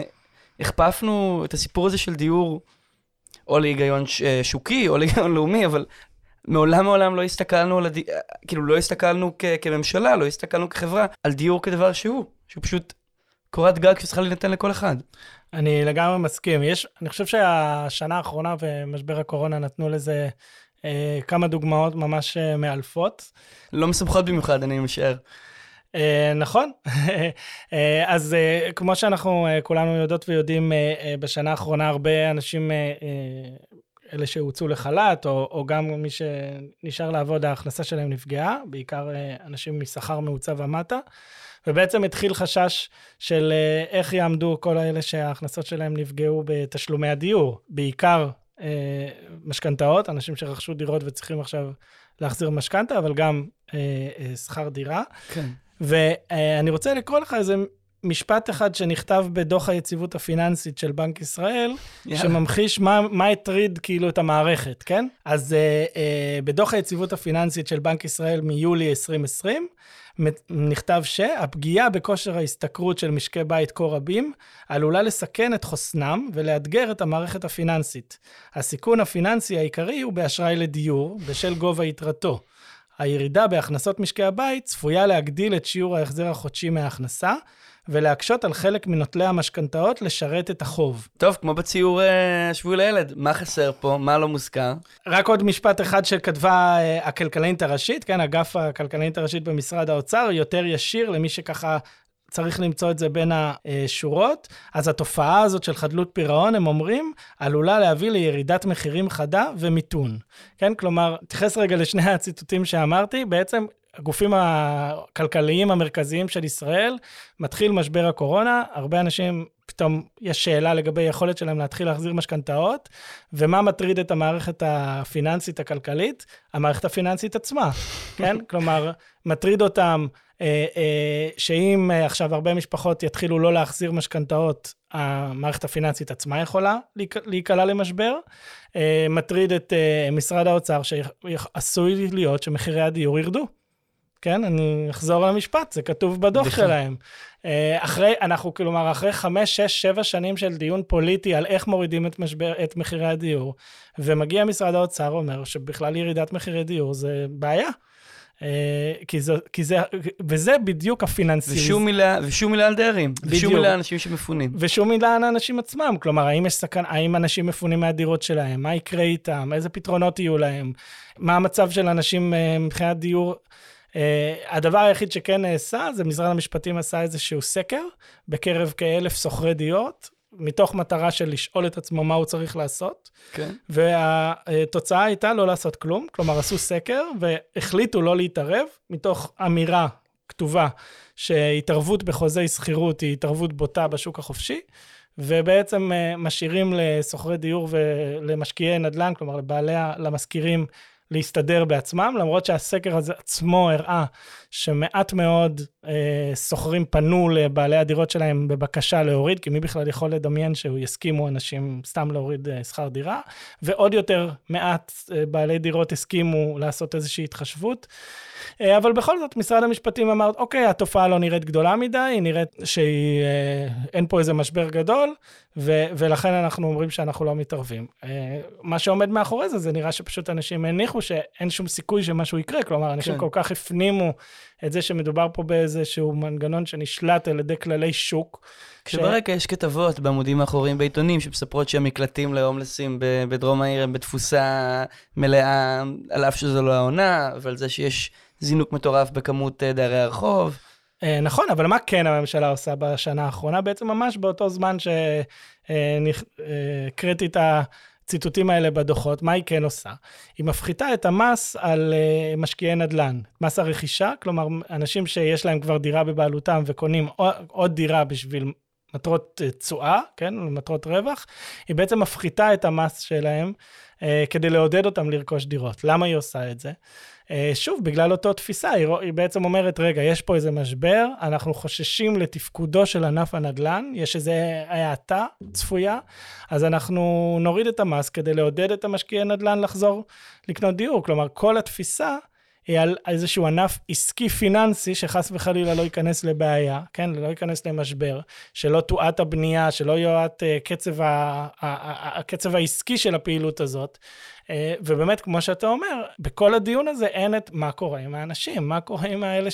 הכפפנו את הסיפור הזה של דיור, או להיגיון שוקי, או להיגיון לאומי, אבל מעולם לא הסתכלנו, כאילו לא הסתכלנו כממשלה, לא הסתכלנו כחברה, על דיור כדבר שהוא פשוט קורת גג שצריכה להינתן לכל אחד. אני לגמרי מסכים. אני חושב שהשנה האחרונה ומשבר הקורונה נתנו לזה כמה דוגמאות ממש מאלפות. לא מסובכות במיוחד, אני משער. נכון. אז כמו שאנחנו כולנו יודעות ויודעים, בשנה האחרונה הרבה אנשים, אלה שהוצאו לחל"ת, או גם מי שנשאר לעבוד, ההכנסה שלהם נפגעה, בעיקר אנשים משכר מעוצב ומטה, ובעצם התחיל חשש של איך יעמדו כל האלה שההכנסות שלהם נפגעו בתשלומי הדיור, בעיקר משכנתאות, אנשים שרכשו דירות וצריכים עכשיו להחזיר משכנתה, אבל גם שכר דירה. כן. ואני רוצה לקרוא לך איזה משפט אחד שנכתב בדוח היציבות הפיננסית של בנק ישראל, שממחיש מה הטריד כאילו את המערכת, כן? אז בדוח היציבות הפיננסית של בנק ישראל מיולי 2020, נכתב שהפגיעה בכושר ההשתכרות של משקי בית כה רבים, עלולה לסכן את חוסנם ולאתגר את המערכת הפיננסית. הסיכון הפיננסי העיקרי הוא באשראי לדיור, בשל גובה יתרתו. הירידה בהכנסות משקי הבית צפויה להגדיל את שיעור ההחזר החודשי מההכנסה, ולהקשות על חלק מנוטלי המשכנתאות לשרת את החוב. טוב, כמו בציור שבוי לילד, מה חסר פה? מה לא מוזכר? רק עוד משפט אחד שכתבה הכלכלנית הראשית, כן, אגף הכלכלנית הראשית במשרד האוצר, יותר ישיר למי שככה צריך למצוא את זה בין השורות. אז התופעה הזאת של חדלות פירעון, הם אומרים, עלולה להביא לירידת מחירים חדה ומיתון. כן, כלומר, תתייחס רגע לשני הציטוטים שאמרתי, בעצם הגופים הכלכליים המרכזיים של ישראל, מתחיל משבר הקורונה, הרבה אנשים פתאום יש שאלה לגבי יכולת שלהם להתחיל להחזיר משכנתאות, ומה מטריד את המערכת הפיננסית הכלכלית? המערכת הפיננסית עצמה, כן? כלומר, מטריד אותם שאם עכשיו הרבה משפחות יתחילו לא להחזיר משכנתאות, המערכת הפיננסית עצמה יכולה להיקלע למשבר, מטריד את משרד האוצר שעשוי להיות שמחירי הדיור ירדו. כן, אני אחזור על המשפט, זה כתוב בדוח שלהם. אנחנו כלומר, אחרי 5, 6, 7 שנים של דיון פוליטי על איך מורידים את מחירי הדיור, ומגיע משרד האוצר אומר שבכלל ירידת מחירי דיור זה בעיה. וזה בדיוק הפיננסי. ושום מילה על דיירים, ושום מילה על אנשים שמפונים. ושום מילה על האנשים עצמם, כלומר, האם אנשים מפונים מהדירות שלהם, מה יקרה איתם, איזה פתרונות יהיו להם, מה המצב של אנשים מבחינת דיור. הדבר היחיד שכן נעשה, זה משרד המשפטים עשה איזשהו סקר, בקרב כ1,000 שוכרי דירות, מתוך מטרה של לשאול את עצמו מה הוא צריך לעשות, כן. והתוצאה הייתה לא לעשות כלום, כלומר עשו סקר, והחליטו לא להתערב, מתוך אמירה כתובה, שהתערבות בחוזי שכירות היא התערבות בוטה בשוק החופשי, ובעצם משאירים לשוכרי דיור ולמשקיעי נדל"ן, כלומר למשכירים, להסתדר בעצמם, למרות שהסקר הזה עצמו הראה שמעט מאוד סוחרים פנו לבעלי הדירות שלהם בבקשה להוריד, כי מי בכלל יכול לדמיין שהוא יסכימו אנשים סתם להוריד שכר דירה, ועוד יותר מעט בעלי דירות הסכימו לעשות איזושהי התחשבות, אבל בכל זאת משרד המשפטים אמר, אוקיי, התופעה לא נראית גדולה מדי, היא נראית שאין פה איזה משבר גדול, ולכן אנחנו אומרים שאנחנו לא מתערבים. מה שעומד מאחורי זה, זה נראה שפשוט אנשים הניחו שאין שום סיכוי שמשהו יקרה, כלומר, אנשים כל כך הפנימו את זה שמדובר פה באיזשהו מנגנון שנשלט על ידי כללי שוק. כשברקע יש כתבות בעמודים האחוריים בעיתונים, שמספרות שהמקלטים להומלסים בדרום העיר הם בתפוסה מלאה, על אף שזו לא העונה, ועל זה שיש זינוק מטורף בכמות דיירי הרחוב. נכון, אבל מה כן הממשלה עושה בשנה האחרונה? בעצם ממש באותו זמן שקראתי את הציטוטים האלה בדוחות, מה היא כן עושה? היא מפחיתה את המס על משקיעי נדל"ן, מס הרכישה, כלומר, אנשים שיש להם כבר דירה בבעלותם וקונים עוד דירה בשביל מטרות תשואה, כן, מטרות רווח, היא בעצם מפחיתה את המס שלהם כדי לעודד אותם לרכוש דירות. למה היא עושה את זה? שוב, בגלל אותו תפיסה, היא בעצם אומרת, רגע, יש פה איזה משבר, אנחנו חוששים לתפקודו של ענף הנדל"ן, יש איזה האטה צפויה, אז אנחנו נוריד את המס כדי לעודד את המשקיעי נדל"ן לחזור לקנות דיור. כלומר, כל התפיסה היא על איזשהו ענף עסקי פיננסי, שחס וחלילה לא ייכנס לבעיה, כן, לא ייכנס למשבר, שלא תואט הבנייה, שלא יואט הקצב העסקי של הפעילות הזאת, ובאמת, כמו שאתה אומר, בכל הדיון הזה אין את מה קורה עם האנשים, מה קורה עם האלה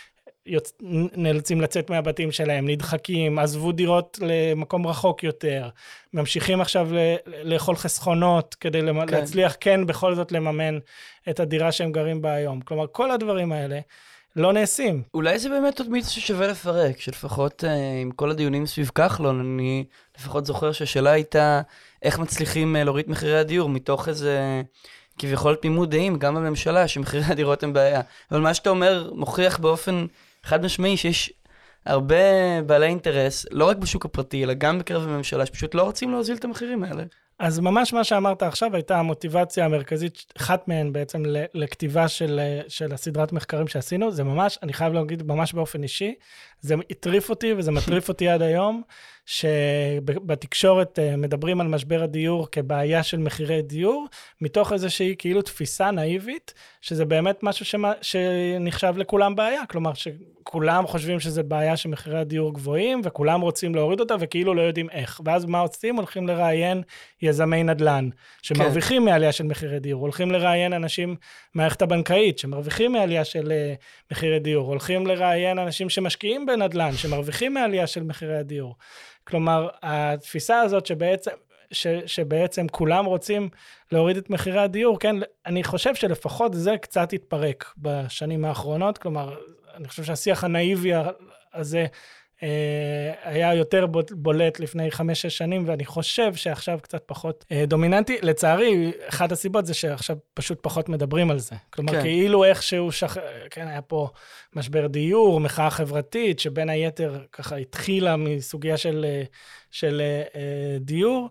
שנאלצים לצאת מהבתים שלהם, נדחקים, עזבו דירות למקום רחוק יותר, ממשיכים עכשיו לאכול חסכונות, כדי להצליח כן בכל זאת לממן את הדירה שהם גרים בה היום. כלומר, כל הדברים האלה לא נעשים. אולי זה באמת עוד מיץ ששווה לפרק, שלפחות עם כל הדיונים סביב כחלון, אני לפחות זוכר שהשאלה הייתה איך מצליחים להוריד מחירי הדיור, מתוך איזה כביכול תמימות דעים, גם בממשלה, שמחירי הדירות הם בעיה. אבל מה שאתה אומר מוכיח באופן חד משמעי שיש הרבה בעלי אינטרס, לא רק בשוק הפרטי, אלא גם בקרב הממשלה, שפשוט לא רוצים להוזיל את המחירים האלה. אז ממש מה שאמרת עכשיו הייתה המוטיבציה המרכזית, אחת מהן בעצם לכתיבה של הסדרת מחקרים שעשינו, זה ממש, אני חייב להגיד ממש באופן אישי, זה הטריף אותי וזה מטריף אותי עד היום, שבתקשורת מדברים על משבר הדיור כבעיה של מחירי דיור, מתוך איזושהי כאילו תפיסה נאיבית, שזה באמת משהו שנחשב לכולם בעיה, כלומר שכולם חושבים שזה בעיה שמחירי הדיור גבוהים, וכולם רוצים להוריד אותה וכאילו לא יודעים איך, ואז מה עושים? הולכים לראיין יזמי נדל"ן, שמרוויחים מעלייה של מחירי דיור, הולכים לראיין אנשים מערכת הבנקאית, שמרוויחים מעלייה של מחירי דיור, הולכים לראיין אנשים שמשקיעים בנדל"ן, שמרוויחים מעלייה של מחירי הדיור. כלומר, התפיסה הזאת שבעצם כולם רוצים להוריד את מחירי הדיור, כן, אני חושב שלפחות זה קצת התפרק בשנים האחרונות, כלומר, אני חושב שהשיח הנאיבי הזה היה יותר בולט לפני 5-6 שנים, ואני חושב שעכשיו קצת פחות דומיננטי. לצערי, אחת הסיבות זה שעכשיו פשוט פחות מדברים על זה. כלומר, כן. כאילו איכשהו, כן, היה פה משבר דיור, מחאה חברתית, שבין היתר ככה התחילה מסוגיה של דיור,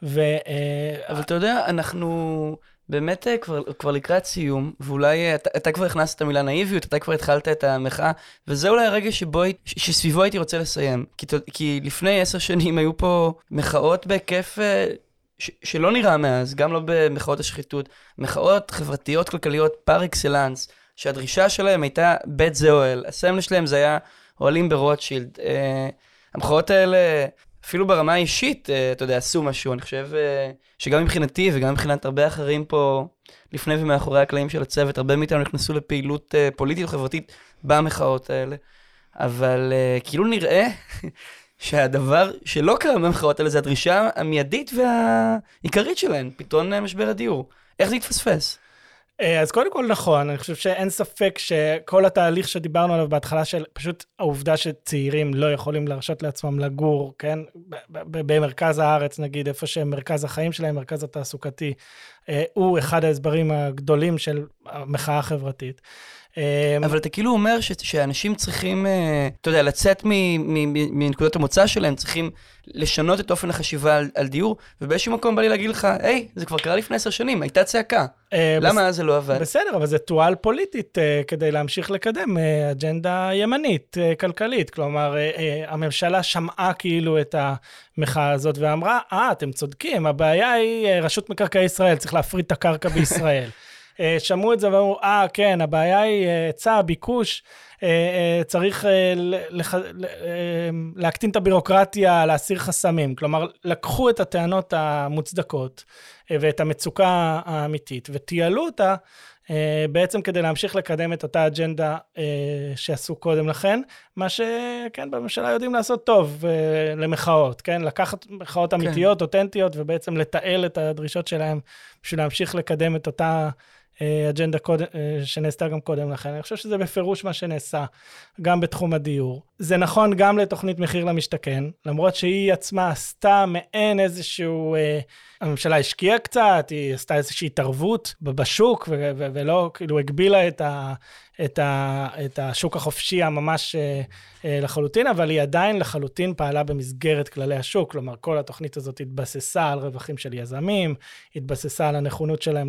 אבל אתה יודע, אנחנו באמת כבר לקראת סיום, ואולי אתה כבר הכנסת את המילה נאיביות, אתה כבר התחלת את המחאה, וזה אולי הרגע שסביבו הייתי רוצה לסיים. כי לפני 10 שנים היו פה מחאות בהיקף שלא נראה מאז, גם לא במחאות השחיתות, מחאות חברתיות כלכליות פר אקסלנס, שהדרישה שלהם הייתה בית זה אוהל, הסמל שלהם זה היה אוהלים ברוטשילד. המחאות האלה אפילו ברמה האישית, אתה יודע, עשו משהו. אני חושב שגם מבחינתי וגם מבחינת הרבה אחרים פה, לפני ומאחורי הקלעים של הצוות, הרבה מאיתנו נכנסו לפעילות פוליטית וחברתית במחאות האלה. אבל כאילו נראה שהדבר שלא קרה במחאות האלה זה הדרישה המיידית והעיקרית שלהן, פתרון משבר הדיור. איך זה יתפספס? אז קודם כל נכון, אני חושב שאין ספק שכל התהליך שדיברנו עליו בהתחלה של פשוט העובדה שצעירים לא יכולים להרשות לעצמם לגור, כן, במרכז הארץ נגיד, איפה שמרכז החיים שלהם, מרכז התעסוקתי, הוא אחד ההסברים הגדולים של המחאה החברתית. אבל אתה כאילו אומר שאנשים צריכים, אתה יודע, לצאת מנקודת המוצא שלהם, צריכים לשנות את אופן החשיבה על דיור, ובאיזשהו מקום בא לי להגיד לך, היי, זה כבר קרה לפני 10 שנים, הייתה צעקה. למה זה לא עבד? בסדר, אבל זה תועל פוליטית כדי להמשיך לקדם אג'נדה ימנית, כלכלית. כלומר, הממשלה שמעה כאילו את המחאה הזאת ואמרה, אתם צודקים, הבעיה היא רשות מקרקעי ישראל, צריך להפריד את הקרקע בישראל. שמעו את זה ואמרו, כן, הבעיה היא היצע, ביקוש, צריך להקטין את הבירוקרטיה, להסיר חסמים. כלומר, לקחו את הטענות המוצדקות ואת המצוקה האמיתית, ותיעלו אותה בעצם כדי להמשיך לקדם את אותה אג'נדה שעשו קודם לכן, מה שכן, בממשלה יודעים לעשות טוב למחאות, כן? לקחת מחאות אמיתיות, אותנטיות, ובעצם לתעל את הדרישות שלהם, בשביל להמשיך לקדם את אותה אג'נדה שנעשתה גם קודם לכן. אני חושב שזה בפירוש מה שנעשה גם בתחום הדיור. זה נכון גם לתוכנית מחיר למשתכן, למרות שהיא עצמה עשתה מעין איזשהו, הממשלה השקיעה קצת, היא עשתה איזושהי התערבות בשוק, ולא כאילו הגבילה את השוק החופשי הממש לחלוטין, אבל היא עדיין לחלוטין פעלה במסגרת כללי השוק, כלומר כל התוכנית הזאת התבססה על רווחים של יזמים, התבססה על הנכונות שלהם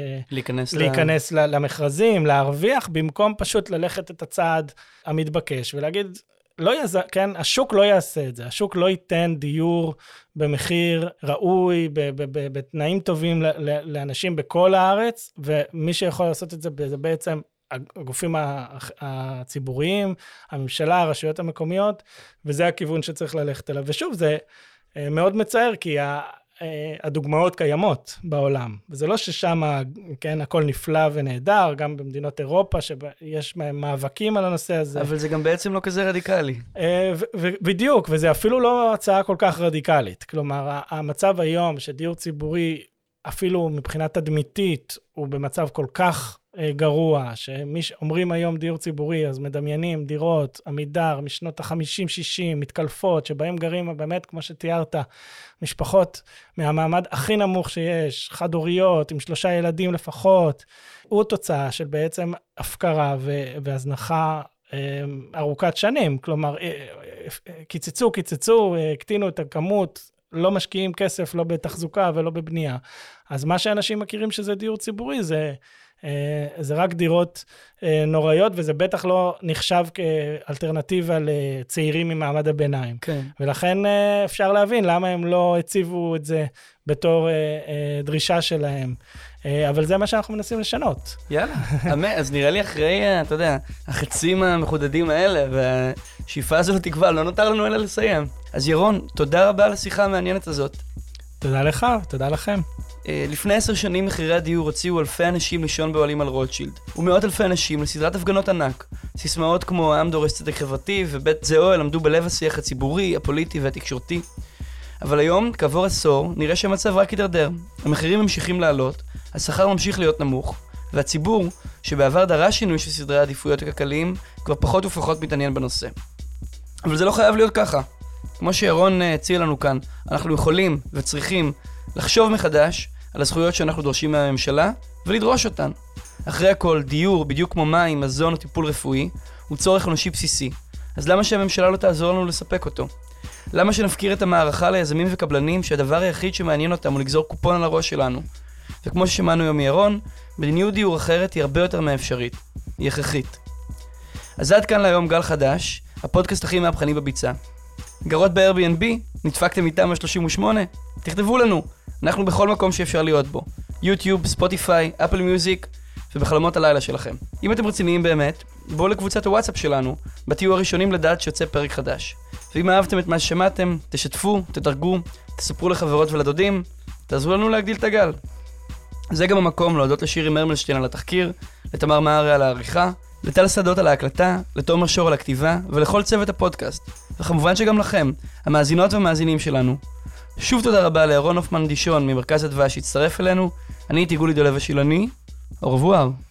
להיכנס למכרזים, להרוויח, במקום פשוט ללכת את הצעד המתבקש, ולהגיד, כן, השוק לא יעשה את זה, השוק לא ייתן דיור במחיר ראוי, בתנאים טובים לאנשים בכל הארץ, ומי שיכול לעשות את זה בעצם הגופים הציבוריים, הממשלה, הרשויות המקומיות, וזה הכיוון שצריך ללכת אליו. ושוב, זה מאוד מצער, כי הדוגמאות קיימות בעולם, וזה לא ששם, כן, הכל נפלא ונהדר, גם במדינות אירופה, שיש מאבקים על הנושא הזה. אבל זה גם בעצם לא כזה רדיקלי. בדיוק, וזה אפילו לא הצעה כל כך רדיקלית. כלומר, המצב היום שדיור ציבורי, אפילו מבחינה תדמיתית, הוא במצב כל כך גרוע, שאומרים היום דיור ציבורי, אז מדמיינים דירות, עמידר, משנות ה-50-60, מתקלפות, שבהם גרים באמת, כמו שתיארת, משפחות מהמעמד הכי נמוך שיש, חד-הוריות, עם 3 ילדים לפחות, הוא תוצאה של בעצם הפקרה והזנחה ארוכת שנים, כלומר, קיצצו, הקטינו את הכמות, לא משקיעים כסף, לא בתחזוקה ולא בבנייה. אז מה שאנשים מכירים שזה דיור ציבורי, זה רק דירות נוראיות, וזה בטח לא נחשב כאלטרנטיבה לצעירים ממעמד הביניים. כן. ולכן אפשר להבין למה הם לא הציבו את זה בתור דרישה שלהם. אבל זה מה שאנחנו מנסים לשנות. יאללה, אז נראה לי אחרי, אתה יודע, החצים המחודדים האלה, והשאיפה הזו לתקווה, לא נותר לנו אלא לסיים. אז ירון, תודה רבה על השיחה המעניינת הזאת. תודה לך, תודה לכם. לפני 10 שנים מחירי הדיור הוציאו אלפי אנשים לישון באוהלים על רוטשילד, ומאות אלפי אנשים לסדרת הפגנות ענק. סיסמאות כמו העם דורש צדק חברתי ובית זה אוהל עמדו בלב השיח הציבורי, הפוליטי והתקשורתי. אבל היום, כעבור עשור, נראה שהמצב רק יידרדר. המחירים ממשיכים לעלות, השכר ממשיך להיות נמוך, והציבור, שבעבר דרש שינוי של סדרי העדיפויות הכלכליים, כבר פחות ופחות מתעניין בנושא. אבל זה לא חייב להיות ככה. כמו שירון הציע לנו כאן, אנחנו יכולים וצריכים לחשוב מחדש על הזכויות שאנחנו דורשים מהממשלה ולדרוש אותן. אחרי הכל, דיור, בדיוק כמו מים, מזון או טיפול רפואי, הוא צורך אנושי בסיסי. אז למה שהממשלה לא תעזור לנו לספק אותו? למה שנפקיר את המערכה ליזמים וקבלנים שהדבר היחיד שמעניין אותם הוא לגזור קופון על הראש שלנו? וכמו ששמענו היום מירון, מדיניות דיור אחרת היא הרבה יותר מאפשרית. היא הכרחית. אז עד כאן להיום גל חדש, הפודקאסט הכי מהפכני בביצה. גרות ב-Airbnb, נדפקתם איתם ה-38? תכתבו לנו, אנחנו בכל מקום שאפשר להיות בו. יוטיוב, ספוטיפיי, אפל מיוזיק, ובחלומות הלילה שלכם. אם אתם רציניים באמת, בואו לקבוצת הוואטסאפ שלנו, בתיאור הראשונים לדעת שיוצא פרק חדש. ואם אהבתם את מה ששמעתם, תשתפו, תדרגו, תספרו לחברות ולדודים, תעזרו לנו להגדיל את הגל. זה גם המקום להודות לשירי מרמלשטיין על התחקיר, לתמר מהרי על העריכה, לטל שדות על ההקלטה, לתומר שור על הכתיבה, ולכל צוות הפודקאסט. וכמובן שגם לכם, המאזינות והמאזינים שלנו. שוב תודה רבה לירון הופמן דישון ממרכז הדבש שהצטרף אלינו. אני הייתי גולי דולב השילוני. au revoir.